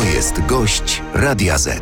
jest gość Radia Z.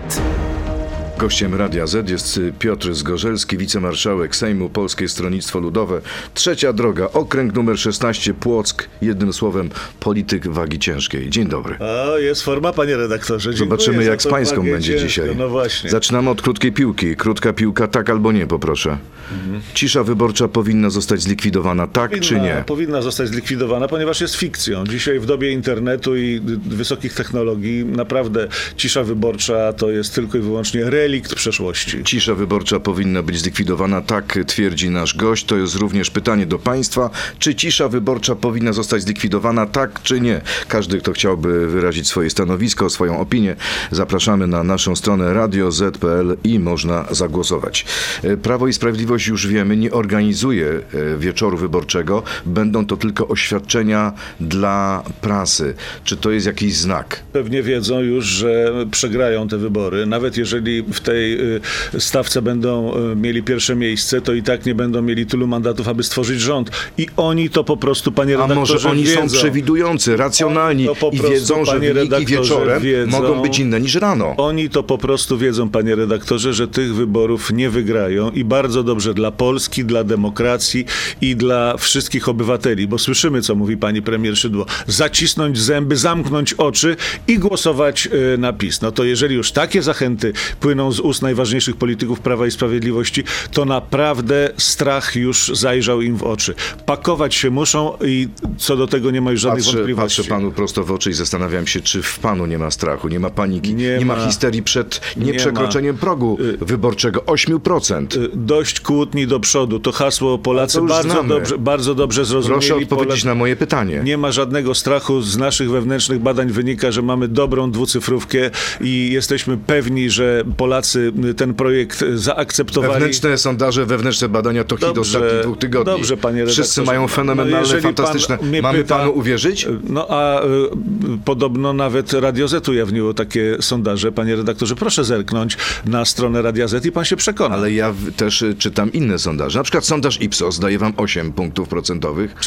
Gościem Radia Z jest Piotr Zgorzelski, wicemarszałek Sejmu, Polskie Stronnictwo Ludowe. Trzecia droga, okręg numer 16, Płock. Jednym słowem, polityk wagi ciężkiej. Dzień dobry. O, jest forma, panie redaktorze. Dziękuję. Zobaczymy, jak z pańską będzie ciężko. dzisiaj. No właśnie. Zaczynamy od krótkiej piłki. Krótka piłka, tak albo nie, poproszę. Cisza wyborcza powinna zostać zlikwidowana, tak czy nie? Powinna zostać zlikwidowana, ponieważ jest fikcją. Dzisiaj w dobie internetu i wysokich technologii naprawdę cisza wyborcza to jest tylko i wyłącznie relikt przeszłości. Cisza wyborcza powinna być zlikwidowana, tak twierdzi nasz gość. To jest również pytanie do państwa. Czy cisza wyborcza powinna zostać zlikwidowana, tak czy nie? Każdy, kto chciałby wyrazić swoje stanowisko, swoją opinię, zapraszamy na naszą stronę radio.z.pl i można zagłosować. Prawo i Sprawiedliwość, już wiemy, nie organizuje wieczoru wyborczego. Będą to tylko oświadczenia dla prasy. Czy to jest jakiś znak? Pewnie wiedzą już, że przegrają te wybory. Nawet jeżeli w tej stawce będą mieli pierwsze miejsce, to i tak nie będą mieli tylu mandatów, aby stworzyć rząd. I oni to po prostu, panie redaktorze, A może oni wiedzą. są przewidujący, racjonalni i wiedzą, że wyniki wieczorem mogą być inne niż rano. Oni to po prostu wiedzą, panie redaktorze, że tych wyborów nie wygrają i bardzo dobrze dla Polski, dla demokracji i dla wszystkich obywateli, bo słyszymy, co mówi pani premier Szydło. Zacisnąć zęby, zamknąć oczy i głosować na PiS. No to jeżeli już takie zachęty płyną z ust najważniejszych polityków Prawa i Sprawiedliwości, to naprawdę strach już zajrzał im w oczy. Pakować się muszą i co do tego nie ma już żadnych wątpliwości. Patrzę panu prosto w oczy i zastanawiam się, czy w panu nie ma strachu, nie ma paniki, nie ma histerii przed nieprzekroczeniem progu wyborczego 8%. Dość kłótni do przodu. To hasło Polacy bardzo dobrze zrozumieli. Proszę odpowiedzieć na moje pytanie. Nie ma żadnego strachu. Z naszych wewnętrznych badań wynika, że mamy dobrą dwucyfrówkę i jesteśmy pewni, że Polacy ten projekt zaakceptowali. Wewnętrzne sondaże, wewnętrzne badania to hit ostatnich 2 tygodni. Dobrze, panie redaktorze. Wszyscy mają fenomenalne, fantastyczne. Mamy panu uwierzyć? No a podobno nawet Radio Z ujawniło takie sondaże. Panie redaktorze, proszę zerknąć na stronę Radia Z i pan się przekona. Ale ja też czytam inne sondaże. Na przykład sondaż Ipsos daje wam 8 punktów procentowych.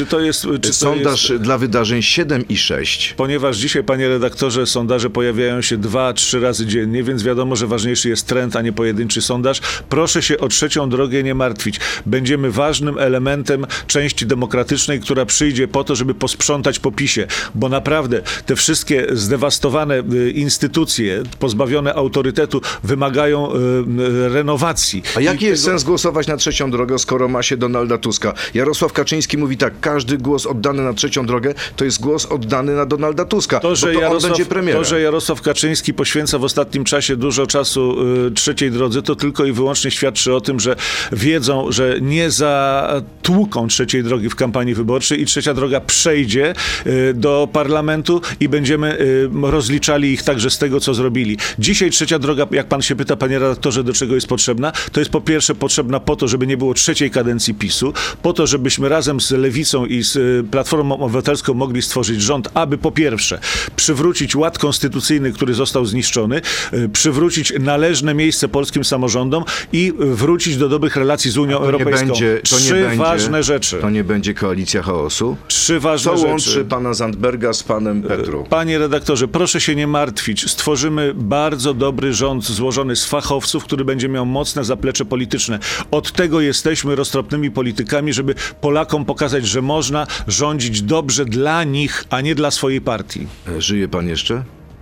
Sondaż dla wydarzeń 7,6. Ponieważ dzisiaj, panie redaktorze, sondaże pojawiają się 2-3 razy dziennie, więc wiadomo, że ważniejszy jest trend, a nie pojedynczy sondaż. Proszę się o trzecią drogę nie martwić. Będziemy ważnym elementem części demokratycznej, która przyjdzie po to, żeby posprzątać po PiS-ie. Bo naprawdę te wszystkie zdewastowane instytucje, pozbawione autorytetu, wymagają renowacji. A jaki jest sens głosować na trzecią drogę, skoro ma się Donalda Tuska? Jarosław Kaczyński mówi tak, każdy głos oddany na trzecią drogę to jest głos oddany na Donalda Tuska, on będzie premierem. To, że Jarosław Kaczyński poświęca w ostatnim czasie dużo czasu trzeciej drodze, to tylko i wyłącznie świadczy o tym, że wiedzą, że nie zatłuką trzeciej drogi w kampanii wyborczej i trzecia droga przejdzie do parlamentu i będziemy rozliczali ich także z tego, co zrobili. Dzisiaj trzecia droga, jak pan się pyta, panie redaktorze, do czego jest potrzebna, to jest po pierwsze potrzebna po to, żeby nie było trzeciej kadencji PiS-u, po to, żebyśmy razem z Lewicą i z Platformą Obywatelską mogli stworzyć rząd, aby po pierwsze przywrócić ład konstytucyjny, który został zniszczony, przywrócić należne miejsce polskim samorządom i wrócić do dobrych relacji z Unią Europejską. Trzy ważne rzeczy. To nie będzie koalicja chaosu? Trzy ważne rzeczy. Co łączy pana Zandberga z panem Petru? Panie redaktorze, proszę się nie martwić. Stworzymy bardzo dobry rząd złożony z fachowców, który będzie miał mocne zaplecze polityczne. Od tego jesteśmy roztropnymi politykami, żeby Polakom pokazać, że można rządzić dobrze dla nich, a nie dla swojej partii. Żyje pan jeszcze?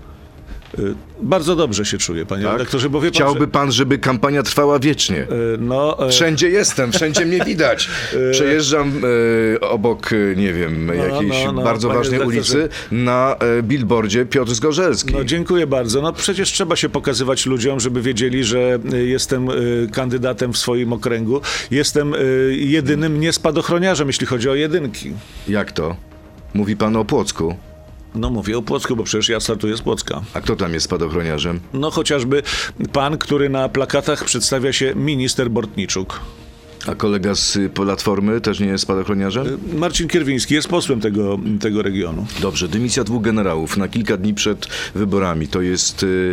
Bardzo dobrze się czuję, panie redaktorze, bo wie pan, Chciałby pan, żeby kampania trwała wiecznie. Wszędzie jestem, wszędzie mnie widać. Przejeżdżam obok, nie wiem, jakiejś bardzo ważnej ulicy na billboardzie Piotr Zgorzelski. No dziękuję bardzo. No przecież trzeba się pokazywać ludziom, żeby wiedzieli, że jestem kandydatem w swoim okręgu. Jestem jedynym niespadochroniarzem, jeśli chodzi o jedynki. Jak to? Mówi pan o Płocku? No mówię o Płocku, bo przecież ja startuję z Płocka. A kto tam jest spadochroniarzem? No chociażby pan, który na plakatach przedstawia się minister Bortniczuk. A kolega z Platformy też nie jest spadochroniarzem? Marcin Kierwiński jest posłem tego regionu. Dobrze, dymisja 2 generałów na kilka dni przed wyborami. To jest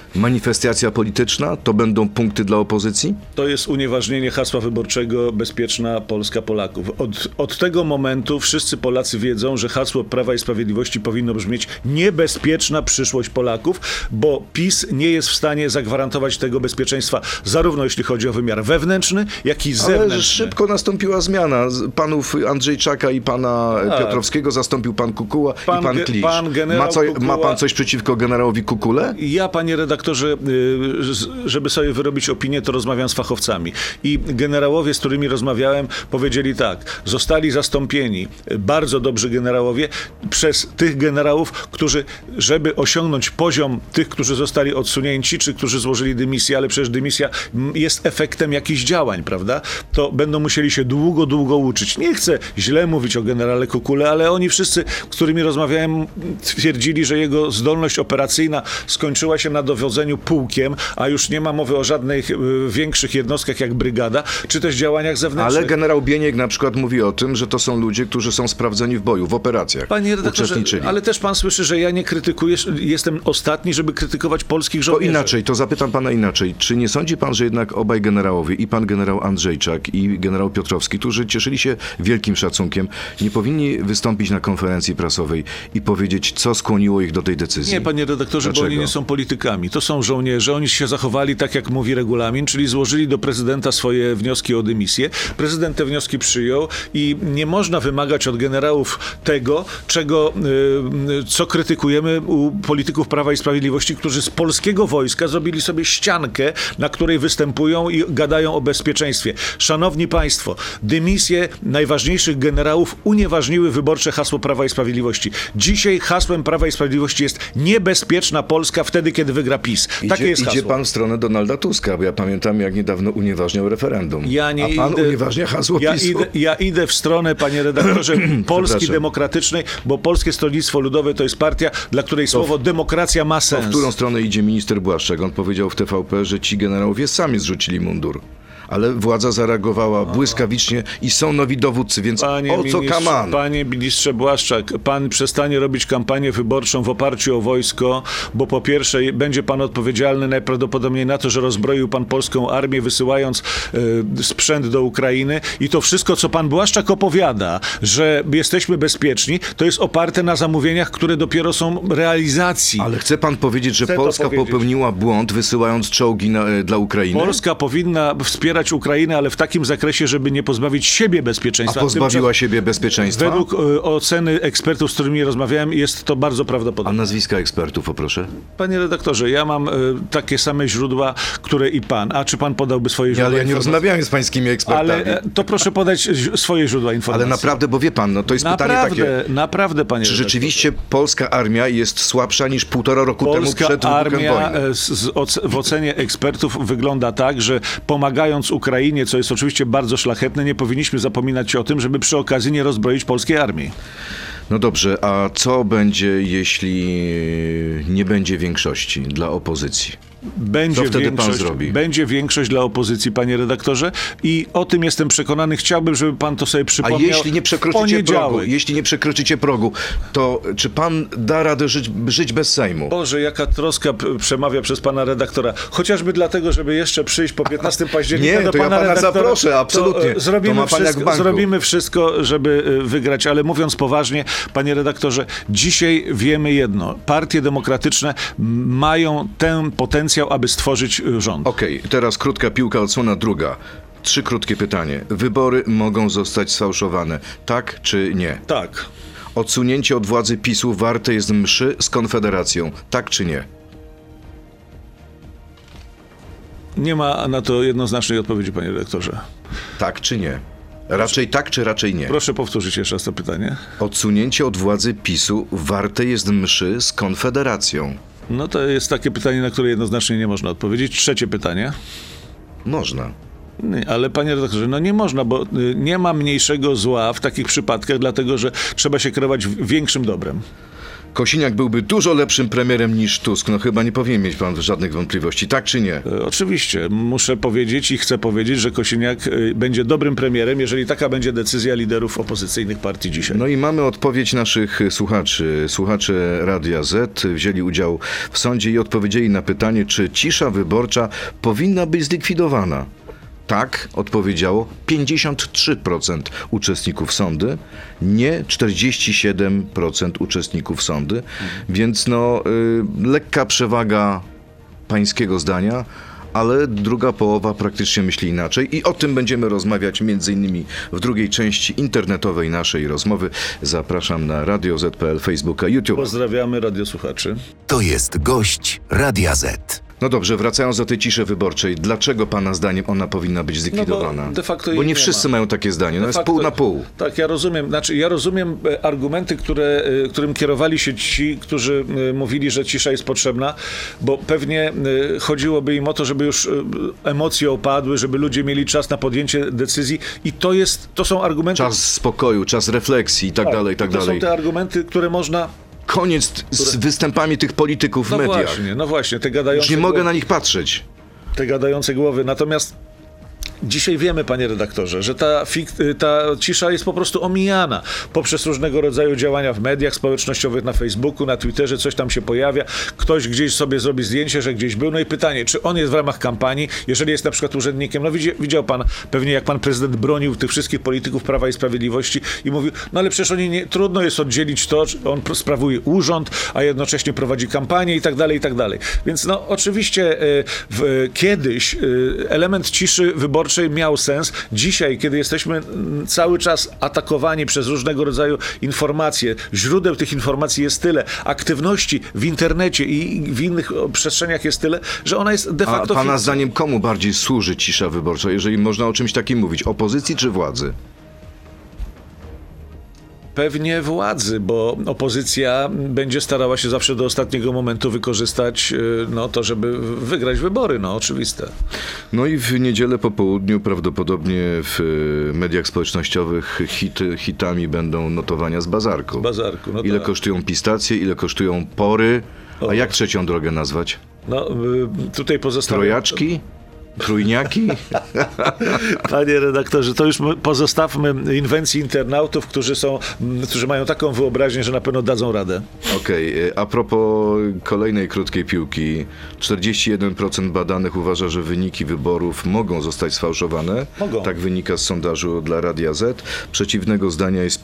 manifestacja polityczna? To będą punkty dla opozycji? To jest unieważnienie hasła wyborczego Bezpieczna Polska Polaków. Od tego momentu wszyscy Polacy wiedzą, że hasło Prawa i Sprawiedliwości powinno brzmieć niebezpieczna przyszłość Polaków, bo PiS nie jest w stanie zagwarantować tego bezpieczeństwa, zarówno jeśli chodzi o wymiar wewnętrzny, jak i zewnętrzny. Ale szybko nastąpiła zmiana. Panów Andrzejczaka i pana Piotrowskiego zastąpił pan Kukuła i pan Klisz. Ma pan coś przeciwko generałowi Kukule? Ja, panie redaktorze, żeby sobie wyrobić opinię, to rozmawiam z fachowcami. I generałowie, z którymi rozmawiałem, powiedzieli tak. Zostali zastąpieni bardzo dobrzy generałowie przez tych generałów, którzy, żeby osiągnąć poziom tych, którzy zostali odsunięci, czy którzy złożyli dymisję, ale przecież dymisja jest efektem jakichś działań, prawda? To będą musieli się długo uczyć. Nie chcę źle mówić o generale Kukule, ale oni wszyscy, z którymi rozmawiałem, twierdzili, że jego zdolność operacyjna skończyła się na dowodzeniu pułkiem, a już nie ma mowy o żadnych większych jednostkach jak brygada, czy też działaniach zewnętrznych. Ale generał Bieniek na przykład mówi o tym, że to są ludzie, którzy są sprawdzeni w boju, w operacjach. Panie redaktorze, uczestniczyli. ale też pan słyszy, że ja nie krytykuję, jestem ostatni, żeby krytykować polskich żołnierzy. To inaczej, to zapytam pana inaczej. Czy nie sądzi pan, że jednak obaj generałowie, i pan generał Andrzejczak, i generał Piotrowski, którzy cieszyli się wielkim szacunkiem, nie powinni wystąpić na konferencji prasowej i powiedzieć, co skłoniło ich do tej decyzji? Nie, panie redaktorze, Dlaczego? bo oni nie są politykami. To są żołnierze, oni się zachowali tak, jak mówi regulamin, czyli złożyli do prezydenta swoje wnioski o dymisję. Prezydent te wnioski przyjął i nie można wymagać od generałów tego, co krytykujemy u polityków Prawa i Sprawiedliwości, którzy z polskiego wojska zrobili sobie ściankę, na której występują i gadają o bezpieczeństwie. Szanowni państwo, dymisje najważniejszych generałów unieważniły wyborcze hasło Prawa i Sprawiedliwości. Dzisiaj hasłem Prawa i Sprawiedliwości jest niebezpieczna Polska wtedy, kiedy wygra PiS. Takie jest hasło. Idzie pan w stronę Donalda Tuska, bo ja pamiętam, jak niedawno unieważniał referendum. A pan unieważnia hasło PiS-u? Ja idę w stronę, panie redaktorze, Polski Demokratycznej, bo Polskie Stronnictwo Ludowe to jest partia, dla której słowo demokracja ma sens. W którą stronę idzie minister Błaszczak? On powiedział w TVP, że ci generałowie sami zrzucili mundur. Ale władza zareagowała błyskawicznie i są nowi dowódcy, więc Panie ministrze Błaszczak, pan przestanie robić kampanię wyborczą w oparciu o wojsko, bo po pierwsze będzie pan odpowiedzialny najprawdopodobniej na to, że rozbroił pan polską armię, wysyłając sprzęt do Ukrainy i to wszystko, co pan Błaszczak opowiada, że jesteśmy bezpieczni, to jest oparte na zamówieniach, które dopiero są realizacji. Ale chce pan powiedzieć, że Polska popełniła błąd, wysyłając czołgi dla Ukrainy? Polska powinna wspierać Ukrainę, ale w takim zakresie, żeby nie pozbawić siebie bezpieczeństwa. A pozbawiła siebie bezpieczeństwa? Według oceny ekspertów, z którymi rozmawiałem, jest to bardzo prawdopodobne. A nazwiska ekspertów, poproszę? Panie redaktorze, ja mam takie same źródła, które i pan. A czy pan podałby swoje źródła? Ale ja nie rozmawiałem z pańskimi ekspertami. Ale to proszę podać swoje źródła informacji. Ale naprawdę, bo wie pan, to jest pytanie takie. Naprawdę, panie Czy redaktorze. rzeczywiście polska armia jest słabsza niż 1,5 roku temu przed wybuchem armia wojny? w ocenie ekspertów wygląda tak, że pomagając Ukrainie, co jest oczywiście bardzo szlachetne, nie powinniśmy zapominać o tym, żeby przy okazji nie rozbroić polskiej armii. No dobrze, a co będzie, jeśli nie będzie większości dla opozycji? Co wtedy pan zrobi? Będzie większość dla opozycji, panie redaktorze, i o tym jestem przekonany. Chciałbym, żeby pan to sobie przypomniał. A jeśli nie przekroczycie progu, to czy pan da radę żyć bez Sejmu? Boże, jaka troska przemawia przez pana redaktora. Chociażby dlatego, żeby jeszcze przyjść po 15 października Nie, do to pana ja pana redaktora. zaproszę, absolutnie. Zrobimy wszystko, żeby wygrać, ale mówiąc poważnie, panie redaktorze, dzisiaj wiemy jedno. Partie demokratyczne mają ten potencjał, aby stworzyć rząd. Okej, teraz krótka piłka, odsłona druga. 3 krótkie pytanie. Wybory mogą zostać sfałszowane, tak czy nie? Tak. Odsunięcie od władzy PiS-u warte jest mszy z Konfederacją, tak czy nie? Nie ma na to jednoznacznej odpowiedzi, panie redaktorze. Tak czy nie? Raczej tak, czy raczej nie? Proszę powtórzyć jeszcze raz to pytanie. Odsunięcie od władzy PiS-u warte jest mszy z Konfederacją. No to jest takie pytanie, na które jednoznacznie nie można odpowiedzieć. Trzecie pytanie. Można. Nie, ale panie redaktorze, no nie można, bo nie ma mniejszego zła w takich przypadkach, dlatego że trzeba się kierować większym dobrem. Kosiniak byłby dużo lepszym premierem niż Tusk. No chyba nie powinien mieć pan żadnych wątpliwości, tak czy nie? Oczywiście, muszę powiedzieć i chcę powiedzieć, że Kosiniak będzie dobrym premierem, jeżeli taka będzie decyzja liderów opozycyjnych partii dzisiaj. No i mamy odpowiedź naszych słuchaczy. Słuchacze Radia Z wzięli udział w sądzie i odpowiedzieli na pytanie, czy cisza wyborcza powinna być zlikwidowana. Tak, odpowiedziało 53% uczestników sądy, nie 47% uczestników sądy, więc lekka przewaga pańskiego zdania, ale druga połowa praktycznie myśli inaczej i o tym będziemy rozmawiać m.in. w drugiej części internetowej naszej rozmowy. Zapraszam na Radio Z.pl, Facebooka, YouTube. Pozdrawiamy radiosłuchaczy. To jest gość Radia Z. No dobrze, wracając do tej ciszy wyborczej, dlaczego pana zdaniem ona powinna być zlikwidowana? bo de facto bo jej nie nie wszyscy ma. mają takie zdanie, jest pół na pół. Tak, ja rozumiem argumenty, którym kierowali się ci, którzy mówili, że cisza jest potrzebna, bo pewnie chodziłoby im o to, żeby już emocje opadły, żeby ludzie mieli czas na podjęcie decyzji i to są argumenty... Czas spokoju, czas refleksji i tak dalej, i tak dalej. To są te argumenty, które można... Koniec z występami tych polityków w mediach. No właśnie, te gadające Już nie mogę na nich patrzeć. Te gadające głowy. Natomiast dzisiaj wiemy, panie redaktorze, że ta cisza jest po prostu omijana poprzez różnego rodzaju działania w mediach społecznościowych, na Facebooku, na Twitterze, coś tam się pojawia, ktoś gdzieś sobie zrobi zdjęcie, że gdzieś był, no i pytanie, czy on jest w ramach kampanii, jeżeli jest na przykład urzędnikiem, no widział pan pewnie, jak pan prezydent bronił tych wszystkich polityków Prawa i Sprawiedliwości i mówił, no ale przecież trudno jest oddzielić to, że on sprawuje urząd, a jednocześnie prowadzi kampanię i tak dalej, i tak dalej. Więc no oczywiście kiedyś element ciszy wyborczej miał sens. Dzisiaj, kiedy jesteśmy cały czas atakowani przez różnego rodzaju informacje, źródeł tych informacji jest tyle, aktywności w internecie i w innych przestrzeniach jest tyle, że ona jest de facto... A pana zdaniem komu bardziej służy cisza wyborcza, jeżeli można o czymś takim mówić? Opozycji czy władzy? Pewnie władzy, bo opozycja będzie starała się zawsze do ostatniego momentu wykorzystać to, żeby wygrać wybory, oczywiste. No i w niedzielę po południu prawdopodobnie w mediach społecznościowych hitami będą notowania z bazarku. Z bazarku, no ile tak. kosztują pistacje, ile kosztują pory, a jak trzecią drogę nazwać? Tutaj pozostawiam... Trojaczki? Trójniaki? Panie redaktorze, to już pozostawmy inwencji internautów, którzy mają taką wyobraźnię, że na pewno dadzą radę. Okej, a propos kolejnej krótkiej piłki, 41% badanych uważa, że wyniki wyborów mogą zostać sfałszowane. Mogą. Tak wynika z sondażu dla Radia Z. Przeciwnego zdania jest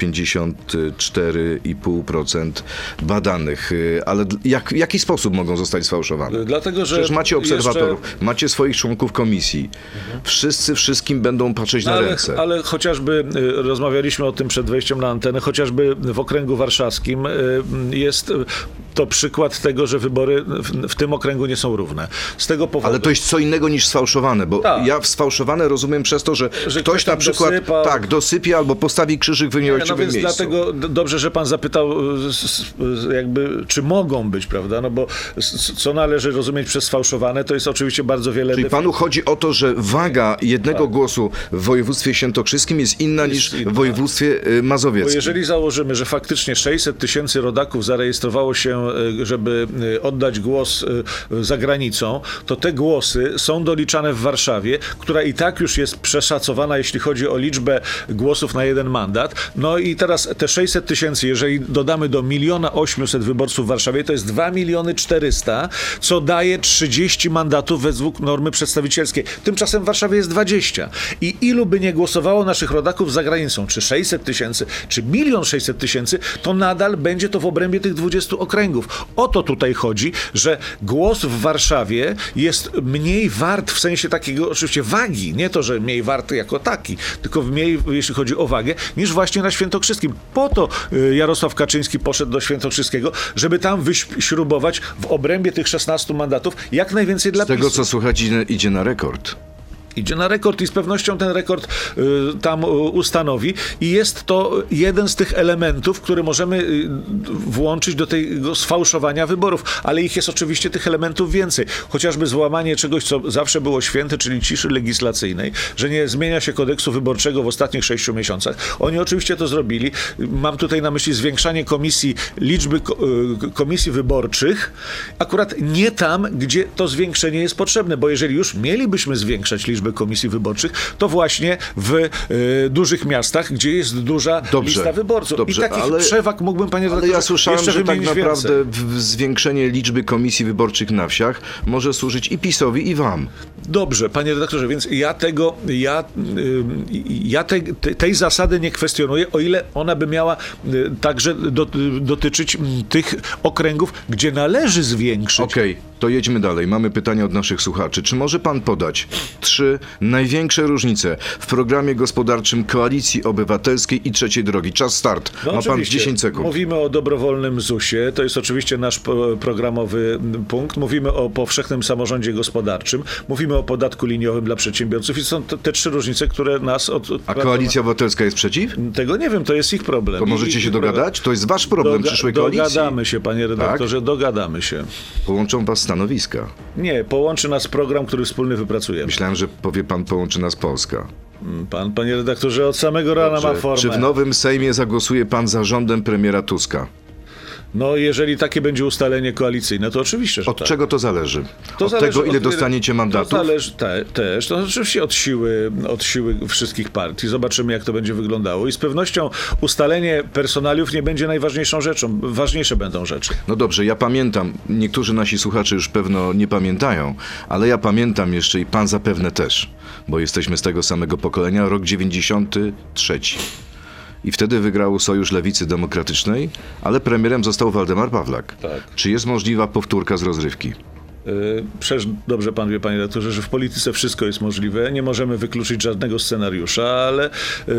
54,5% badanych. Ale w jaki sposób mogą zostać sfałszowane? Dlatego, że Przecież macie obserwatorów, macie swoich członków komisji. Wszyscy wszystkim będą patrzeć na ręce. Ale chociażby, rozmawialiśmy o tym przed wejściem na antenę, chociażby w okręgu warszawskim jest to przykład tego, że wybory w tym okręgu nie są równe. Z tego powodu... Ale to jest co innego niż sfałszowane, bo ja sfałszowane rozumiem przez to, że ktoś na przykład dosypie albo postawi krzyżyk w niewłaściwym miejscu. Dlatego dobrze, że pan zapytał, czy mogą być, prawda? No bo co należy rozumieć przez sfałszowane, to jest oczywiście bardzo wiele... Czyli panu chodzi o to, że waga jednego głosu w województwie świętokrzyskim jest inna niż w województwie mazowieckim. Bo jeżeli założymy, że faktycznie 600 000 rodaków zarejestrowało się, żeby oddać głos za granicą, to te głosy są doliczane w Warszawie, która i tak już jest przeszacowana, jeśli chodzi o liczbę głosów na jeden mandat. No i teraz te 600 000, jeżeli dodamy do 1 800 000 wyborców w Warszawie, to jest 2 400 000, co daje 30 mandatów według normy przedstawicielskiej. Tymczasem w Warszawie jest 20. I ilu by nie głosowało naszych rodaków za granicą, czy 600 000, czy 1 600 000, to nadal będzie to w obrębie tych 20 okręgów. O to tutaj chodzi, że głos w Warszawie jest mniej wart w sensie takiego oczywiście wagi, nie to, że mniej wart jako taki, tylko mniej, jeśli chodzi o wagę, niż właśnie na Świętokrzyskim. Po to Jarosław Kaczyński poszedł do Świętokrzyskiego, żeby tam wyśrubować w obrębie tych 16 mandatów jak najwięcej dla Z tego, PiS-u. co słuchać, idzie na rekord. idzie na rekord i z pewnością ten rekord tam ustanowi i jest to jeden z tych elementów, które możemy włączyć do tego sfałszowania wyborów, ale ich jest oczywiście tych elementów więcej. Chociażby złamanie czegoś, co zawsze było święte, czyli ciszy legislacyjnej, że nie zmienia się kodeksu wyborczego w ostatnich 6 miesiącach. Oni oczywiście to zrobili. Mam tutaj na myśli zwiększanie liczby komisji wyborczych, akurat nie tam, gdzie to zwiększenie jest potrzebne, bo jeżeli już mielibyśmy zwiększać liczbę komisji wyborczych, to właśnie w dużych miastach, gdzie jest duża lista wyborców. Dobrze, i takich przewag mógłbym, panie redaktorze, ale ja słyszałem, że tak naprawdę więcej. zwiększenie liczby komisji wyborczych na wsiach może służyć i PiS-owi, i wam. Dobrze, panie redaktorze, więc tej zasady nie kwestionuję, o ile ona by miała także dotyczyć tych okręgów, gdzie należy zwiększyć. Okej, to jedźmy dalej. Mamy pytania od naszych słuchaczy. Czy może pan podać 3 największe różnice w programie gospodarczym Koalicji Obywatelskiej i Trzeciej Drogi? Czas start. Ma pan 10 sekund. Mówimy o dobrowolnym ZUS-ie. To jest oczywiście nasz programowy punkt. Mówimy o powszechnym samorządzie gospodarczym. Mówimy o podatku liniowym dla przedsiębiorców i są te 3 różnice, które nas A Koalicja Obywatelska jest przeciw? Tego nie wiem, to jest ich problem. To możecie się dogadać? To jest wasz problem przyszłej koalicji. Dogadamy się, panie redaktorze, dogadamy się. Połączą was stanowiska. Nie, połączy nas program, który wspólnie wypracujemy. Myślałem, że powie pan, połączy nas Polska. Panie redaktorze, od samego rana ma formę. Czy w nowym Sejmie zagłosuje pan za rządem premiera Tuska? No, jeżeli takie będzie ustalenie koalicyjne, to oczywiście, że Od czego to zależy? To od zależy tego, ile dostaniecie mandatów? To zależy też. To oczywiście od siły wszystkich partii. Zobaczymy, jak to będzie wyglądało. I z pewnością ustalenie personaliów nie będzie najważniejszą rzeczą. Ważniejsze będą rzeczy. No dobrze, ja pamiętam, niektórzy nasi słuchacze już pewno nie pamiętają, ale ja pamiętam jeszcze i pan zapewne też, bo jesteśmy z tego samego pokolenia, rok 93. I wtedy wygrał Sojusz Lewicy Demokratycznej, ale premierem został Waldemar Pawlak. Tak. Czy jest możliwa powtórka z rozrywki? Przecież dobrze pan wie, panie redaktorze, że w polityce wszystko jest możliwe. Nie możemy wykluczyć żadnego scenariusza, ale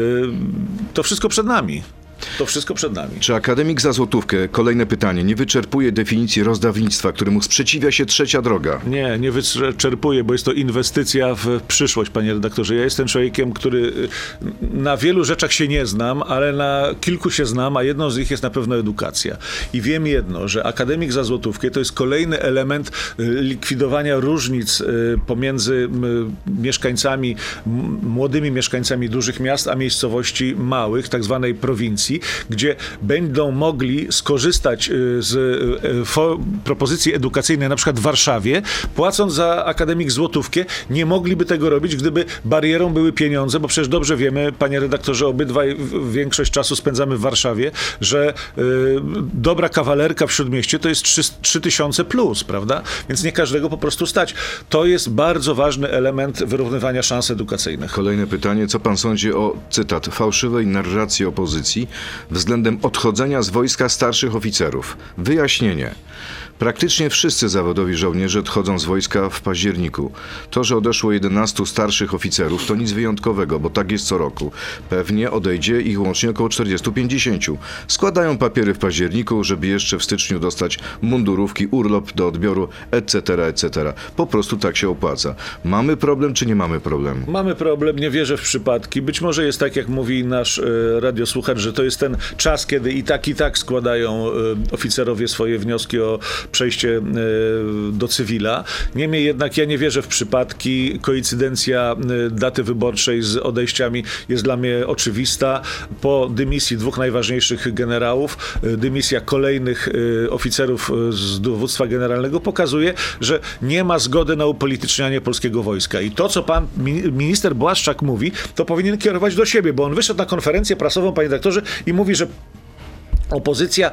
to wszystko przed nami. To wszystko przed nami. Czy akademik za złotówkę, kolejne pytanie, nie wyczerpuje definicji rozdawnictwa, któremu sprzeciwia się Trzecia Droga? Nie wyczerpuje, bo jest to inwestycja w przyszłość, panie redaktorze. Ja jestem człowiekiem, który na wielu rzeczach się nie znam, ale na kilku się znam, a jedną z nich jest na pewno edukacja. I wiem jedno, że akademik za złotówkę to jest kolejny element likwidowania różnic pomiędzy mieszkańcami, młodymi mieszkańcami dużych miast, a miejscowości małych, tak zwanej prowincji, gdzie będą mogli skorzystać z propozycji edukacyjnej na przykład w Warszawie, płacąc za akademik złotówkę. Nie mogliby tego robić, gdyby barierą były pieniądze, bo przecież dobrze wiemy, panie redaktorze, obydwaj większość czasu spędzamy w Warszawie, że dobra kawalerka w Śródmieście to jest 3000 plus, prawda? Więc nie każdego po prostu stać. To jest bardzo ważny element wyrównywania szans edukacyjnych. Kolejne pytanie. Co pan sądzi o, cytat, fałszywej narracji opozycji względem odchodzenia z wojska starszych oficerów? Wyjaśnienie. Praktycznie wszyscy zawodowi żołnierze odchodzą z wojska w październiku. To, że odeszło 11 starszych oficerów, to nic wyjątkowego, bo tak jest co roku. Pewnie odejdzie ich łącznie około 40-50. Składają papiery w październiku, żeby jeszcze w styczniu dostać mundurówki, urlop do odbioru, etc., etc. Po prostu tak się opłaca. Mamy problem, czy nie mamy problemu? Mamy problem, nie wierzę w przypadki. Być może jest tak, jak mówi nasz radiosłuchacz, że to jest ten czas, kiedy i tak składają oficerowie swoje wnioski o przejście do cywila. Niemniej jednak ja nie wierzę w przypadki. Koincydencja daty wyborczej z odejściami jest dla mnie oczywista. Po dymisji 2 najważniejszych generałów, dymisja kolejnych oficerów z dowództwa generalnego pokazuje, że nie ma zgody na upolitycznianie polskiego wojska. I to, co pan minister Błaszczak mówi, to powinien kierować do siebie, bo on wyszedł na konferencję prasową, panie redaktorze, i mówi, że opozycja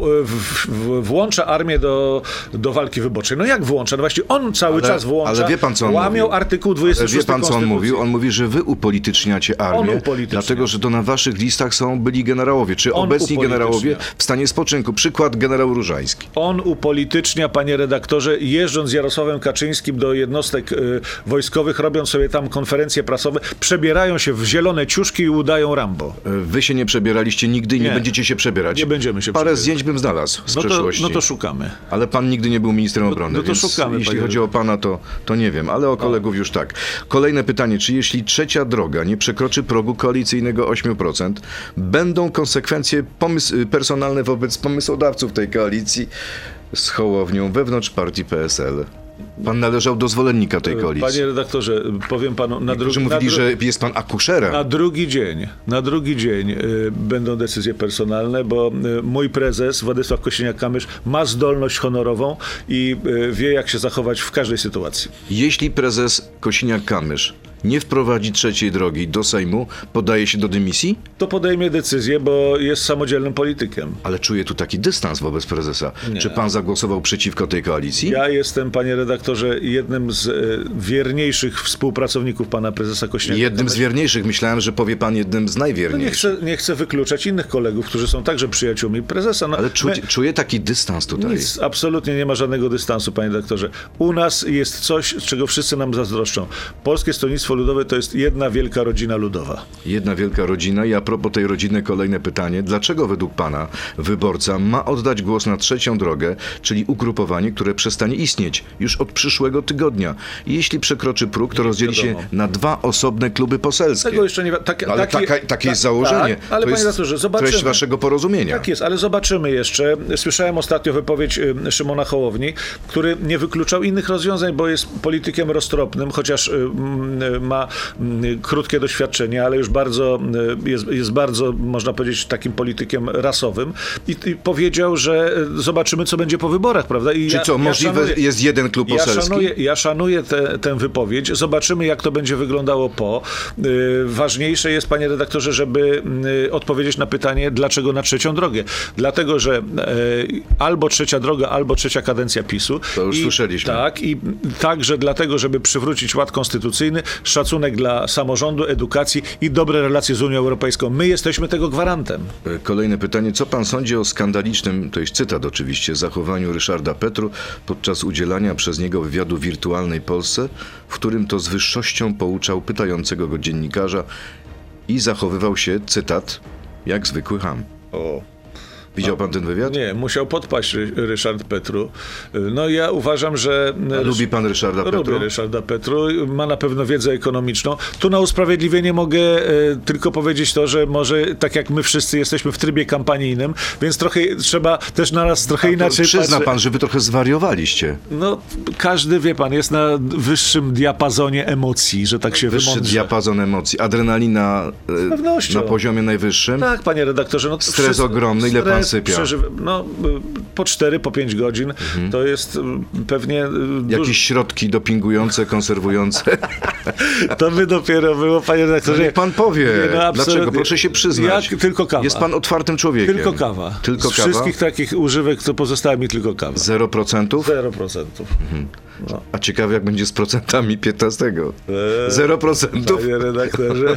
włącza armię do walki wyborczej. No jak włącza? No właśnie on cały czas włącza. Ale wie pan, co on łamią mówił? artykuł 26 Wie pan, co on mówił? On mówi, że wy upolityczniacie armię, dlatego, że to na waszych listach są byli generałowie, czy obecni generałowie w stanie spoczynku. Przykład generał Różański. On upolitycznia, panie redaktorze, jeżdżąc z Jarosławem Kaczyńskim do jednostek wojskowych, robią sobie tam konferencje prasowe, przebierają się w zielone ciuszki i udają Rambo. Wy się nie przebieraliście nigdy i nie będziecie się przebierać. Nie będziemy się Parę przebierać. zdjęć bym znalazł z przeszłości. No to szukamy. Ale pan nigdy nie był ministrem obrony, no to więc szukamy, jeśli panie chodzi o pana, to nie wiem, ale o kolegów już tak. Kolejne pytanie, czy jeśli trzecia droga nie przekroczy progu koalicyjnego 8%, będą konsekwencje personalne wobec pomysłodawców tej koalicji z Hołownią wewnątrz partii PSL? Pan należał do zwolennika tej koalicji. Panie redaktorze, powiem panu... Niektórzy mówili, że jest pan akuszerem. Na drugi dzień będą decyzje personalne, bo mój prezes Władysław Kosiniak-Kamysz ma zdolność honorową i wie, jak się zachować w każdej sytuacji. Jeśli prezes Kosiniak-Kamysz nie wprowadzi trzeciej drogi do Sejmu, podaje się do dymisji? To podejmie decyzję, bo jest samodzielnym politykiem. Ale czuję tu taki dystans wobec prezesa. Nie. Czy pan zagłosował przeciwko tej koalicji? Ja jestem, panie redaktorze, jednym z wierniejszych współpracowników pana prezesa Kosiniaka-Kamysza. Jednym z wierniejszych. Myślałem, że powie pan jednym z No najwierniejszych. nie chcę wykluczać innych kolegów, którzy są także przyjaciółmi prezesa. No, Ale czuję taki dystans tutaj. Nic, absolutnie nie ma żadnego dystansu, panie redaktorze. U nas jest coś, czego wszyscy nam zazdroszczą. Polskie Stronnictwo Ludowe to jest jedna wielka rodzina ludowa. Jedna wielka rodzina i a propos tej rodziny kolejne pytanie. Dlaczego według pana wyborca ma oddać głos na trzecią drogę, czyli ugrupowanie, które przestanie istnieć już od przyszłego tygodnia? I jeśli przekroczy próg, to rozdzieli się na dwa osobne kluby poselskie. Tego jeszcze nie... Ale takie jest założenie. Tak, ale to panie jest redaktorze, zobaczymy. treść waszego porozumienia. Tak jest, ale zobaczymy jeszcze. Słyszałem ostatnio wypowiedź Szymona Hołowni, który nie wykluczał innych rozwiązań, bo jest politykiem roztropnym, chociaż ma krótkie doświadczenie, ale już jest bardzo, można powiedzieć, takim politykiem rasowym i powiedział, że zobaczymy, co będzie po wyborach, prawda? I możliwe jest jeden klub poselski? Ja szanuję tę wypowiedź. Zobaczymy, jak to będzie wyglądało po. Ważniejsze jest, panie redaktorze, żeby odpowiedzieć na pytanie, dlaczego na trzecią drogę. Dlatego, że albo trzecia droga, albo trzecia kadencja PiS-u. To już słyszeliśmy. Tak, i także dlatego, żeby przywrócić ład konstytucyjny, szacunek dla samorządu, edukacji i dobre relacje z Unią Europejską. My jesteśmy tego gwarantem. Kolejne pytanie. Co pan sądzi o skandalicznym, to jest cytat oczywiście, zachowaniu Ryszarda Petru podczas udzielania przez niego wywiadu wirtualnej Polsce, w którym to z wyższością pouczał pytającego go dziennikarza i zachowywał się, cytat, jak zwykły cham. Widział pan ten wywiad? Nie, musiał podpaść Ryszard Petru. No ja uważam, że... Lubi pan Ryszarda Petru? Lubię Ryszarda Petru. Ma na pewno wiedzę ekonomiczną. Tu na usprawiedliwienie mogę tylko powiedzieć to, że może tak jak my wszyscy jesteśmy w trybie kampanijnym, więc trochę trzeba też na nas trochę inaczej Przyzna patrzeć. pan, że wy trochę zwariowaliście. No, każdy, wie pan, jest na wyższym diapazonie emocji, że tak się Wyższy wymądrze. diapazon emocji. Adrenalina pewnością. na poziomie najwyższym. Tak, panie redaktorze. No, Stres ogromny. Ile pan sypia? Po 4, po 5 godzin. To jest pewnie... Jakieś środki dopingujące, konserwujące. To by dopiero było, panie redaktorze. Niech pan powie. Nie, Dlaczego? Proszę się przyznać. Tylko kawa. Jest pan otwartym człowiekiem. Tylko kawa. Tylko Z kawa? wszystkich takich używek, to pozostała mi tylko kawa. 0%? 0%. No. A ciekawe, jak będzie z procentami 15. 0%. Panie redaktorze.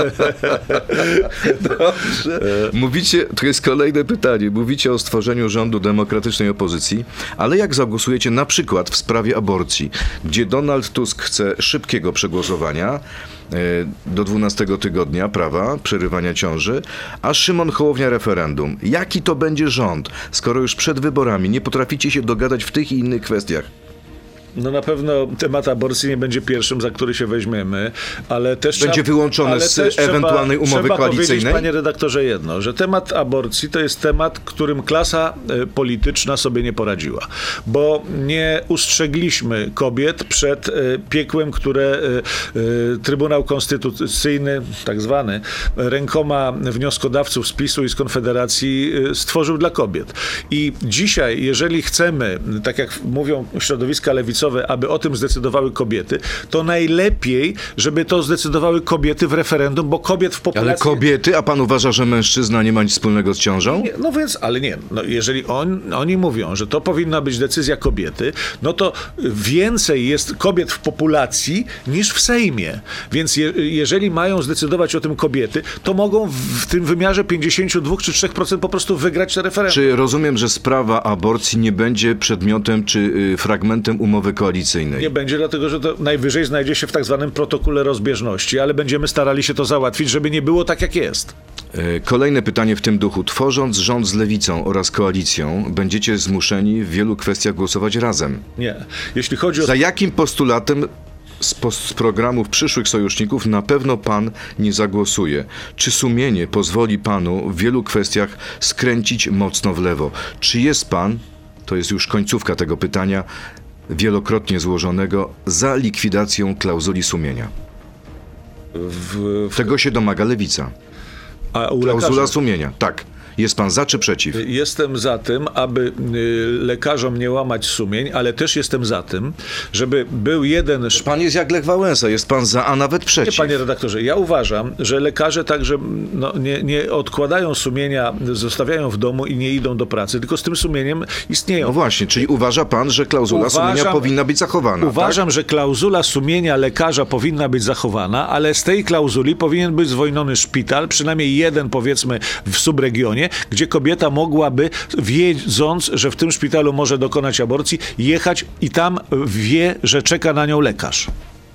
Dobrze. Mówicie, to jest kolejne pytanie. Mówicie o stworzeniu rządu demokratycznej opozycji, ale jak zagłosujecie na przykład w sprawie aborcji, gdzie Donald Tusk chce szybkiego przegłosowania do 12 tygodnia prawa przerywania ciąży, a Szymon Hołownia referendum. Jaki to będzie rząd, skoro już przed wyborami nie potraficie się dogadać w tych i innych kwestiach? No na pewno temat aborcji nie będzie pierwszym, za który się weźmiemy, ale też będzie wyłączony z ewentualnej umowy koalicyjnej? Trzeba powiedzieć, panie redaktorze, jedno, że temat aborcji to jest temat, którym klasa polityczna sobie nie poradziła, bo nie ustrzegliśmy kobiet przed piekłem, które Trybunał Konstytucyjny, tak zwany, rękoma wnioskodawców z PiS-u i z Konfederacji stworzył dla kobiet. I dzisiaj, jeżeli chcemy, tak jak mówią środowiska lewicowe, aby o tym zdecydowały kobiety, to najlepiej, żeby to zdecydowały kobiety w referendum, bo kobiet w populacji... Ale kobiety? A pan uważa, że mężczyzna nie ma nic wspólnego z ciążą? Nie, no więc, ale nie. No jeżeli oni mówią, że to powinna być decyzja kobiety, no to więcej jest kobiet w populacji niż w Sejmie. Więc jeżeli mają zdecydować o tym kobiety, to mogą w tym wymiarze 52 czy 3% po prostu wygrać te referendum. Czy rozumiem, że sprawa aborcji nie będzie przedmiotem czy fragmentem umowy koalicyjnej. Nie będzie, dlatego że to najwyżej znajdzie się w tak zwanym protokole rozbieżności, ale będziemy starali się to załatwić, żeby nie było tak, jak jest. Kolejne pytanie w tym duchu. Tworząc rząd z Lewicą oraz koalicją, będziecie zmuszeni w wielu kwestiach głosować razem. Nie. Jeśli chodzi o... Za jakim postulatem z programów przyszłych sojuszników na pewno pan nie zagłosuje? Czy sumienie pozwoli panu w wielu kwestiach skręcić mocno w lewo? Czy jest pan, to jest już końcówka tego pytania, wielokrotnie złożonego, za likwidacją klauzuli sumienia? Tego się domaga Lewica. A u Klauzula lekarzy? sumienia, tak. Jest pan za czy przeciw? Jestem za tym, aby lekarzom nie łamać sumień, ale też jestem za tym, żeby był jeden... Pan jest jak Lech Wałęsa, jest pan za, a nawet Nie, przeciw. panie redaktorze, ja uważam, że lekarze także nie odkładają sumienia, zostawiają w domu i nie idą do pracy, tylko z tym sumieniem istnieją. No właśnie, czyli uważa pan, że klauzula sumienia powinna być zachowana, Uważam, że klauzula sumienia lekarza powinna być zachowana, ale z tej klauzuli powinien być zwolniony szpital, przynajmniej jeden, powiedzmy, w subregionie, gdzie kobieta mogłaby, wiedząc, że w tym szpitalu może dokonać aborcji, jechać i tam wie, że czeka na nią lekarz.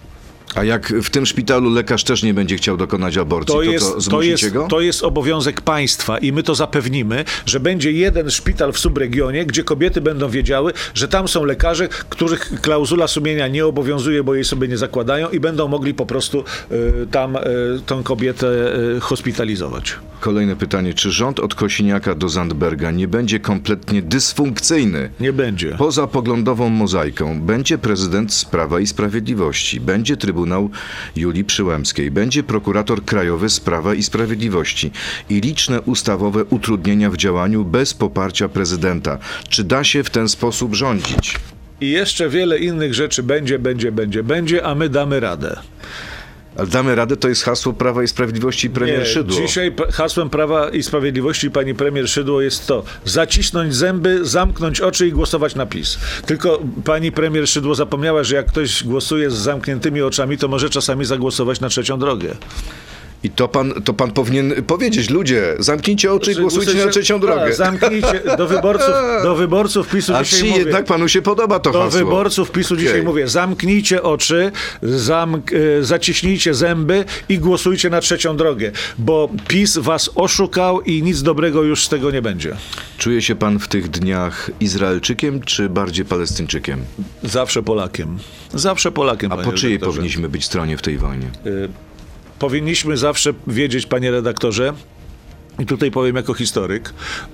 A jak w tym szpitalu lekarz też nie będzie chciał dokonać aborcji, to zmusicie go? To jest obowiązek państwa i my to zapewnimy, że będzie jeden szpital w subregionie, gdzie kobiety będą wiedziały, że tam są lekarze, których klauzula sumienia nie obowiązuje, bo jej sobie nie zakładają i będą mogli po prostu tam tą kobietę hospitalizować. Kolejne pytanie. Czy rząd od Kosiniaka do Zandberga nie będzie kompletnie dysfunkcyjny? Nie będzie. Poza poglądową mozaiką będzie prezydent z Prawa i Sprawiedliwości, będzie Trybunał Julii Przyłębskiej, będzie prokurator krajowy z Prawa i Sprawiedliwości i liczne ustawowe utrudnienia w działaniu bez poparcia prezydenta. Czy da się w ten sposób rządzić? I jeszcze wiele innych rzeczy będzie, a my damy radę. Ale damy radę, to jest hasło Prawa i Sprawiedliwości i premier Szydło. Dzisiaj hasłem Prawa i Sprawiedliwości pani premier Szydło jest to: zacisnąć zęby, zamknąć oczy i głosować na PiS. Tylko pani premier Szydło zapomniała, że jak ktoś głosuje z zamkniętymi oczami, to może czasami zagłosować na trzecią drogę. I to pan powinien powiedzieć, ludzie, zamknijcie oczy i głosujcie na trzecią drogę. Zamknijcie, do wyborców PiS-u A dzisiaj czy mówię. jednak panu się podoba to hasło? Do wyborców PiS-u dzisiaj mówię: zamknijcie oczy, zaciśnijcie zęby i głosujcie na trzecią drogę, bo PiS was oszukał i nic dobrego już z tego nie będzie. Czuje się pan w tych dniach Izraelczykiem, czy bardziej Palestyńczykiem? Zawsze Polakiem. Zawsze Polakiem, A panie po czyjej redaktorze. powinniśmy być stronie w tej wojnie? Powinniśmy zawsze wiedzieć, panie redaktorze, i tutaj powiem jako historyk,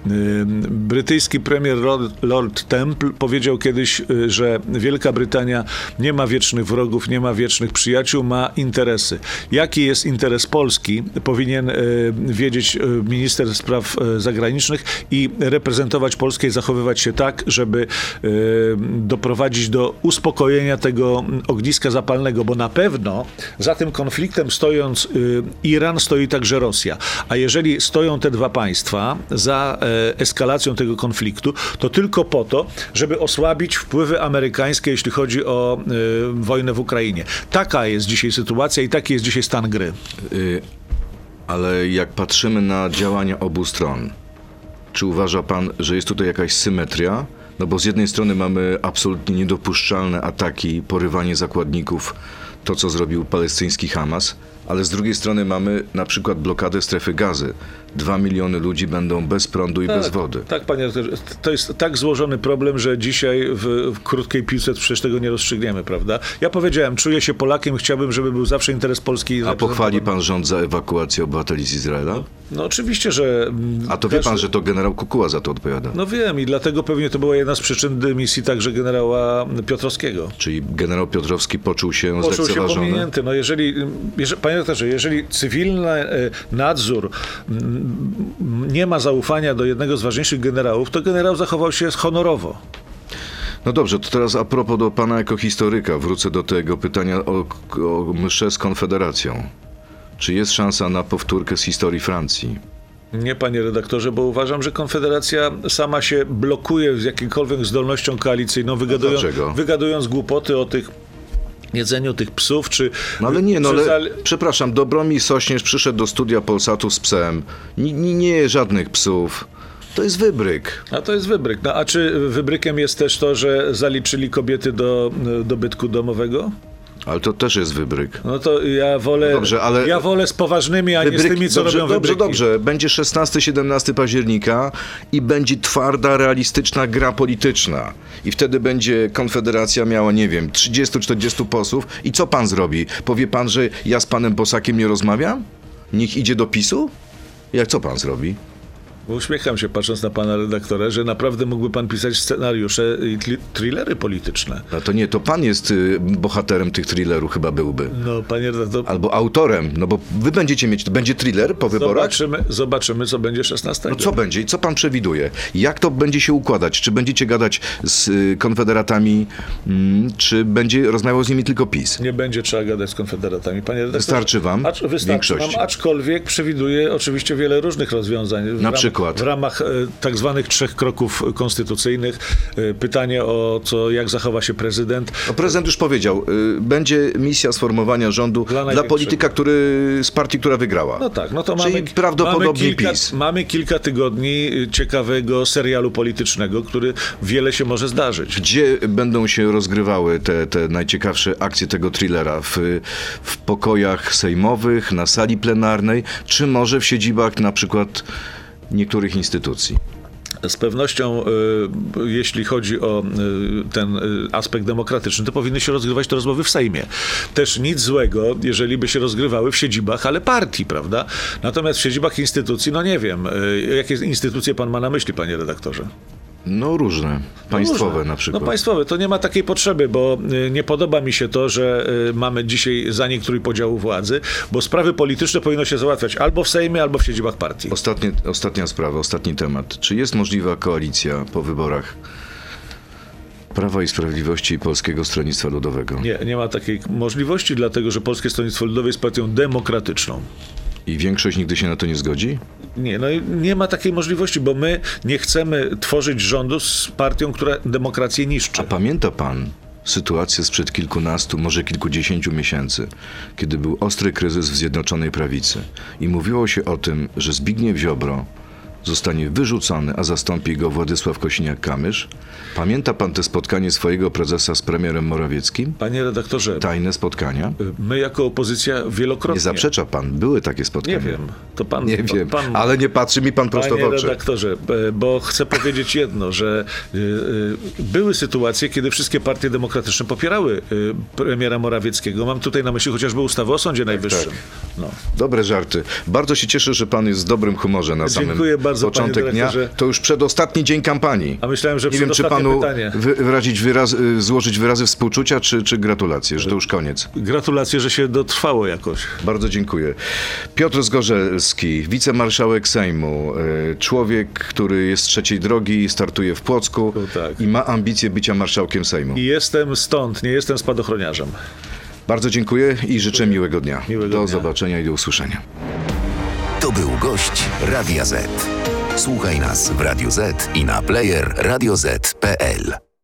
brytyjski premier Lord Temple powiedział kiedyś, że Wielka Brytania nie ma wiecznych wrogów, nie ma wiecznych przyjaciół, ma interesy. Jaki jest interes Polski, powinien wiedzieć minister spraw zagranicznych i reprezentować Polskę i zachowywać się tak, żeby doprowadzić do uspokojenia tego ogniska zapalnego, bo na pewno za tym konfliktem stojąc Iran, stoi także Rosja. A jeżeli stoją te dwa państwa za eskalacją tego konfliktu, to tylko po to, żeby osłabić wpływy amerykańskie, jeśli chodzi o wojnę w Ukrainie. Taka jest dzisiaj sytuacja i taki jest dzisiaj stan gry. Ale jak patrzymy na działania obu stron, czy uważa pan, że jest tutaj jakaś symetria? No bo z jednej strony mamy absolutnie niedopuszczalne ataki, porywanie zakładników, to co zrobił palestyński Hamas, ale z drugiej strony mamy na przykład blokadę strefy Gazy. 2 miliony ludzi będą bez prądu i bez wody. Tak, panie redaktorze. To jest tak złożony problem, że dzisiaj w krótkiej piłce przecież tego nie rozstrzygniemy, prawda? Ja powiedziałem, czuję się Polakiem, chciałbym, żeby był zawsze interes Polski. A pochwali pan rząd za ewakuację obywateli z Izraela? No oczywiście, że... A to wie pan, że to generał Kukuła za to odpowiada. No wiem i dlatego pewnie to była jedna z przyczyn dymisji także generała Piotrowskiego. Czyli generał Piotrowski poczuł się Poczuł się pominięty. No panie redaktorze, jeżeli cywilny nadzór nie ma zaufania do jednego z ważniejszych generałów, to generał zachował się honorowo. No dobrze, to teraz a propos do pana jako historyka, wrócę do tego pytania o mszę z Konfederacją. Czy jest szansa na powtórkę z historii Francji? Nie, panie redaktorze, bo uważam, że Konfederacja sama się blokuje z jakimkolwiek zdolnością koalicyjną, wygadując głupoty o jedzeniu tych psów, czy... No ale nie, przepraszam, Dobromir Sośnierz przyszedł do studia Polsatu z psem. Nie je żadnych psów. To jest wybryk. A to jest wybryk. No, a czy wybrykiem jest też to, że zaliczyli kobiety do dobytku domowego? Ale to też jest wybryk. No to ja wolę, Dobrze, ale ja wolę z poważnymi, a nie z tymi, co robią wybryki. Dobrze. Będzie 16-17 października i będzie twarda, realistyczna gra polityczna. I wtedy będzie Konfederacja miała, nie wiem, 30-40 posłów. I co pan zrobi? Powie pan, że ja z panem Bosakiem nie rozmawiam? Niech idzie do PiS-u? Co pan zrobi? Bo uśmiecham się, patrząc na pana redaktora, że naprawdę mógłby pan pisać scenariusze i thrillery polityczne. No to nie, to pan jest bohaterem tych thrillerów chyba byłby. No, panie redaktor... Albo autorem, no bo wy będziecie mieć, będzie thriller po wyborach? Zobaczymy, co będzie 16. No co będzie i co pan przewiduje? Jak to będzie się układać? Czy będziecie gadać z konfederatami, czy będzie rozmawiał z nimi tylko PiS? Nie będzie trzeba gadać z konfederatami, panie redaktorze. Wystarczy wam większości. Aczkolwiek przewiduje oczywiście wiele różnych rozwiązań. Na przykład? W ramach tak zwanych 3 kroków konstytucyjnych. Pytanie o to, jak zachowa się prezydent. No, prezydent już powiedział, będzie misja sformowania rządu dla polityka, z partii, która wygrała. No tak, no to czyli prawdopodobnie PiS. Mamy kilka tygodni ciekawego serialu politycznego, który wiele się może zdarzyć. Gdzie będą się rozgrywały te najciekawsze akcje tego thrillera? W pokojach sejmowych, na sali plenarnej, czy może w siedzibach na przykład niektórych instytucji? Z pewnością, jeśli chodzi o ten aspekt demokratyczny, to powinny się rozgrywać te rozmowy w Sejmie. Też nic złego, jeżeli by się rozgrywały w siedzibach, ale partii, prawda? Natomiast w siedzibach instytucji, no nie wiem. Jakie instytucje pan ma na myśli, panie redaktorze? No różne. Państwowe na przykład. No państwowe. To nie ma takiej potrzeby, bo nie podoba mi się to, że mamy dzisiaj zanik trójpodziału władzy, bo sprawy polityczne powinno się załatwiać albo w Sejmie, albo w siedzibach partii. Ostatnia sprawa, ostatni temat. Czy jest możliwa koalicja po wyborach Prawa i Sprawiedliwości i Polskiego Stronnictwa Ludowego? Nie ma takiej możliwości, dlatego że Polskie Stronnictwo Ludowe jest partią demokratyczną. I większość nigdy się na to nie zgodzi? Nie ma takiej możliwości, bo my nie chcemy tworzyć rządu z partią, która demokrację niszczy. A pamięta pan sytuację sprzed kilkunastu, może kilkudziesięciu miesięcy, kiedy był ostry kryzys w Zjednoczonej Prawicy i mówiło się o tym, że Zbigniew Ziobro zostanie wyrzucony, a zastąpi go Władysław Kosiniak-Kamysz? Pamięta pan te spotkanie swojego prezesa z premierem Morawieckim? Panie redaktorze... Tajne spotkania? My jako opozycja wielokrotnie... Nie zaprzecza pan, były takie spotkania. Nie wiem. To pan... Nie wiem, ale nie patrzy mi pan prosto w oczy. Panie redaktorze, bo chcę powiedzieć jedno, że były sytuacje, kiedy wszystkie partie demokratyczne popierały premiera Morawieckiego. Mam tutaj na myśli chociażby ustawę o Sądzie Najwyższym. Tak. No. Dobre żarty. Bardzo się cieszę, że pan jest w dobrym humorze na samym początek dnia. To już przedostatni dzień kampanii. A myślałem, że nie wiem, czy panu pytanie. złożyć wyrazy współczucia, czy gratulacje, że to już koniec. Gratulacje, że się dotrwało jakoś. Bardzo dziękuję. Piotr Zgorzelski, wicemarszałek Sejmu, człowiek, który jest z trzeciej drogi, startuje w Płocku i ma ambicje bycia marszałkiem Sejmu. I jestem stąd, nie jestem spadochroniarzem. Bardzo dziękuję i życzę miłego dnia. Do zobaczenia i do usłyszenia. To był gość Radia Z. Słuchaj nas w Radio Z i na player radioz.pl.